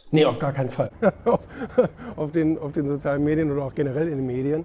Nee, auf gar keinen Fall. auf den sozialen Medien oder auch generell in den Medien.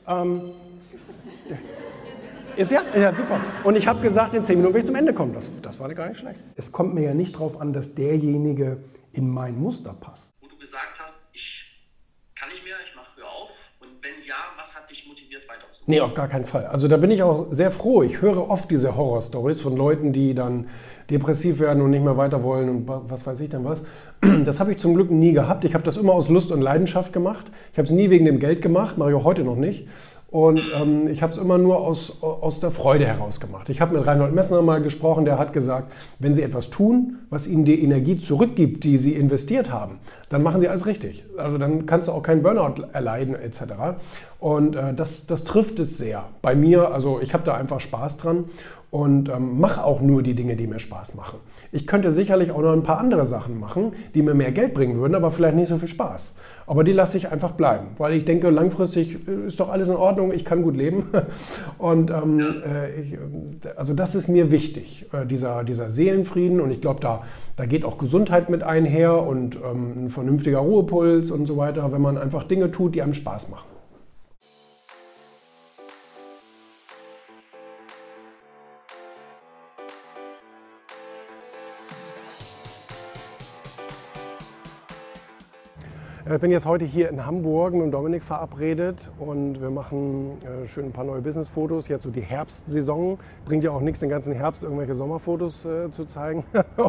Ja, super. Und ich habe gesagt, in 10 Minuten will ich zum Ende kommen. Das war gar nicht schlecht. Es kommt mir ja nicht darauf an, dass derjenige in mein Muster passt. Wo du gesagt hast, ich kann nicht mehr, ich mache früher auf. Und wenn ja, was hat dich motiviert weiterzumachen? Nee, auf gar keinen Fall. Also da bin ich auch sehr froh. Ich höre oft diese Horror-Stories von Leuten, die dann depressiv werden und nicht mehr weiter wollen und was weiß ich denn was. Das habe ich zum Glück nie gehabt. Ich habe das immer aus Lust und Leidenschaft gemacht. Ich habe es nie wegen dem Geld gemacht, mache ich auch heute noch nicht. Und ich habe es immer nur aus der Freude heraus gemacht. Ich habe mit Reinhold Messner mal gesprochen, der hat gesagt, wenn Sie etwas tun, was Ihnen die Energie zurückgibt, die Sie investiert haben, dann machen Sie alles richtig. Also dann kannst du auch keinen Burnout erleiden etc. Und das trifft es sehr. Bei mir, also ich habe da einfach Spaß dran und mache auch nur die Dinge, die mir Spaß machen. Ich könnte sicherlich auch noch ein paar andere Sachen machen, die mir mehr Geld bringen würden, aber vielleicht nicht so viel Spaß. Aber die lasse ich einfach bleiben, weil ich denke, langfristig ist doch alles in Ordnung, ich kann gut leben. Und also das ist mir wichtig, dieser Seelenfrieden. Und ich glaube, da geht auch Gesundheit mit einher und ein vernünftiger Ruhepuls und so weiter, wenn man einfach Dinge tut, die einem Spaß machen. Ich bin jetzt heute hier in Hamburg mit Dominik verabredet und wir machen schön ein paar neue Business-Fotos. Jetzt so die Herbstsaison. Bringt ja auch nichts, den ganzen Herbst irgendwelche Sommerfotos zu zeigen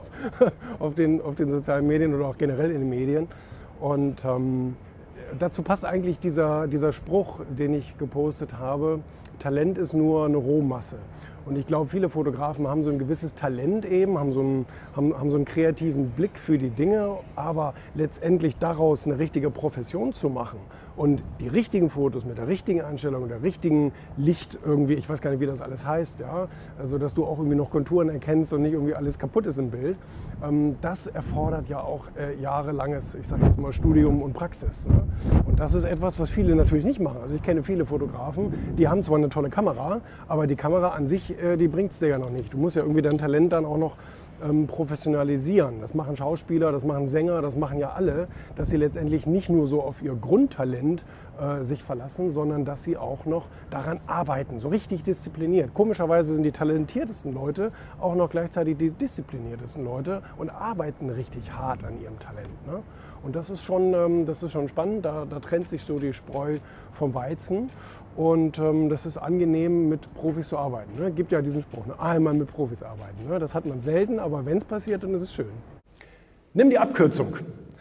auf den sozialen Medien oder auch generell in den Medien. Und dazu passt eigentlich dieser Spruch, den ich gepostet habe: Talent ist nur eine Rohmasse. Und ich glaube, viele Fotografen haben so ein gewisses Talent eben, haben so einen kreativen Blick für die Dinge, aber letztendlich daraus eine richtige Profession zu machen und die richtigen Fotos mit der richtigen Einstellung und der richtigen Licht irgendwie, ich weiß gar nicht, wie das alles heißt, ja, also dass du auch irgendwie noch Konturen erkennst und nicht irgendwie alles kaputt ist im Bild, das erfordert ja auch jahrelanges, ich sage jetzt mal, Studium und Praxis. Ne? Und das ist etwas, was viele natürlich nicht machen. Also ich kenne viele Fotografen, die haben zwar eine tolle Kamera, aber die Kamera an sich, die bringt es dir ja noch nicht. Du musst ja irgendwie dein Talent dann auch noch professionalisieren. Das machen Schauspieler, das machen Sänger, das machen ja alle, dass sie letztendlich nicht nur so auf ihr Grundtalent sich verlassen, sondern dass sie auch noch daran arbeiten, so richtig diszipliniert. Komischerweise sind die talentiertesten Leute auch noch gleichzeitig die diszipliniertesten Leute und arbeiten richtig hart an ihrem Talent. Ne? Und das ist schon spannend, da trennt sich so die Spreu vom Weizen. Und das ist angenehm, mit Profis zu arbeiten. Ne? Gibt ja diesen Spruch, ne? Einmal mit Profis arbeiten. Ne? Das hat man selten, aber wenn es passiert, dann ist es schön. Nimm die Abkürzung.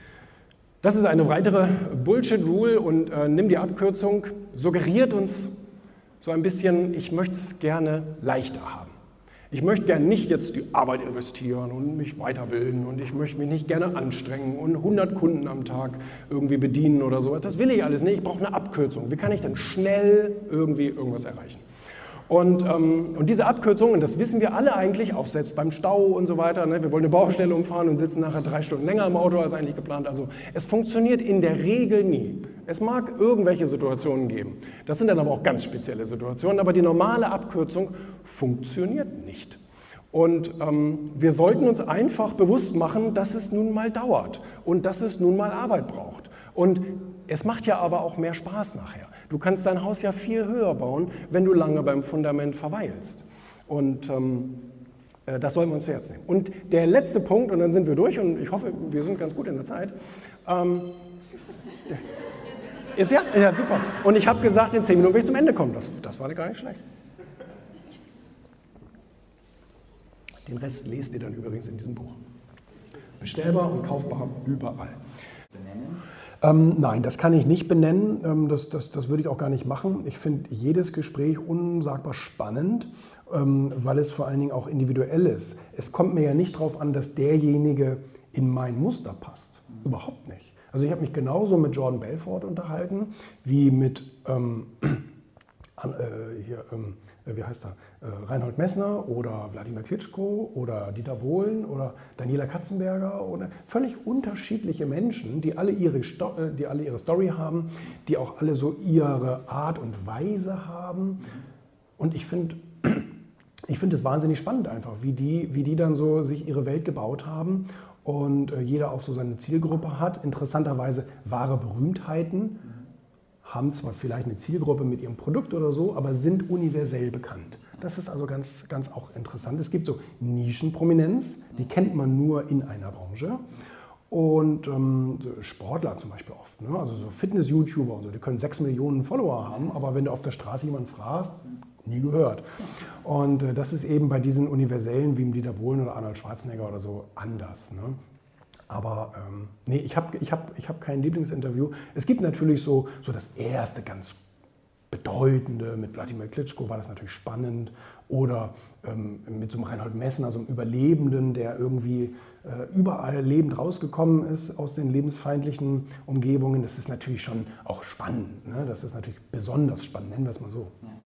Das ist eine weitere Bullshit-Rule und nimm die Abkürzung suggeriert uns so ein bisschen, ich möchte es gerne leichter haben. Ich möchte gerne nicht jetzt die Arbeit investieren und mich weiterbilden und ich möchte mich nicht gerne anstrengen und 100 Kunden am Tag irgendwie bedienen oder sowas. Das will ich alles nicht, ich brauche eine Abkürzung. Wie kann ich denn schnell irgendwie irgendwas erreichen? Und diese Abkürzung, und das wissen wir alle eigentlich, auch selbst beim Stau und so weiter, ne? Wir wollen eine Baustelle umfahren und sitzen nachher 3 Stunden länger im Auto als eigentlich geplant. Also es funktioniert in der Regel nie. Es mag irgendwelche Situationen geben. Das sind dann aber auch ganz spezielle Situationen, aber die normale Abkürzung funktioniert nicht. Und wir sollten uns einfach bewusst machen, dass es nun mal dauert und dass es nun mal Arbeit braucht. Und es macht ja aber auch mehr Spaß nachher. Du kannst dein Haus ja viel höher bauen, wenn du lange beim Fundament verweilst. Und das sollten wir uns zu Herzen nehmen. Und der letzte Punkt, und dann sind wir durch, und ich hoffe, wir sind ganz gut in der Zeit. Ja, super. Und ich habe gesagt, in 10 Minuten will ich zum Ende kommen. Das war gar nicht schlecht. Den Rest lest ihr dann übrigens in diesem Buch. Bestellbar und kaufbar überall. Benennen? Nein, das kann ich nicht benennen. Das würde ich auch gar nicht machen. Ich finde jedes Gespräch unsagbar spannend, weil es vor allen Dingen auch individuell ist. Es kommt mir ja nicht darauf an, dass derjenige in mein Muster passt. Überhaupt nicht. Also ich habe mich genauso mit Jordan Belfort unterhalten, wie mit Reinhold Messner oder Wladimir Klitschko oder Dieter Bohlen oder Daniela Katzenberger oder völlig unterschiedliche Menschen, die alle ihre Story haben, die auch alle so ihre Art und Weise haben. Und ich finde es wahnsinnig spannend einfach, wie die dann so sich ihre Welt gebaut haben und jeder auch so seine Zielgruppe hat. Interessanterweise wahre Berühmtheiten haben zwar vielleicht eine Zielgruppe mit ihrem Produkt oder so, aber sind universell bekannt. Das ist also ganz, ganz auch interessant. Es gibt so Nischenprominenz, die kennt man nur in einer Branche. Und so Sportler zum Beispiel oft, ne? Also so Fitness-YouTuber und so, die können 6 Millionen Follower haben, aber wenn du auf der Straße jemanden fragst, nie gehört. Und das ist eben bei diesen Universellen wie Dieter Bohlen oder Arnold Schwarzenegger oder so anders. Ne? Aber nee, ich hab kein Lieblingsinterview. Es gibt natürlich so das erste ganz bedeutende, mit Wladimir Klitschko war das natürlich spannend. Oder mit so einem Reinhold Messner, so einem Überlebenden, der irgendwie überall lebend rausgekommen ist aus den lebensfeindlichen Umgebungen. Das ist natürlich schon auch spannend. Ne? Das ist natürlich besonders spannend, nennen wir es mal so. Ja.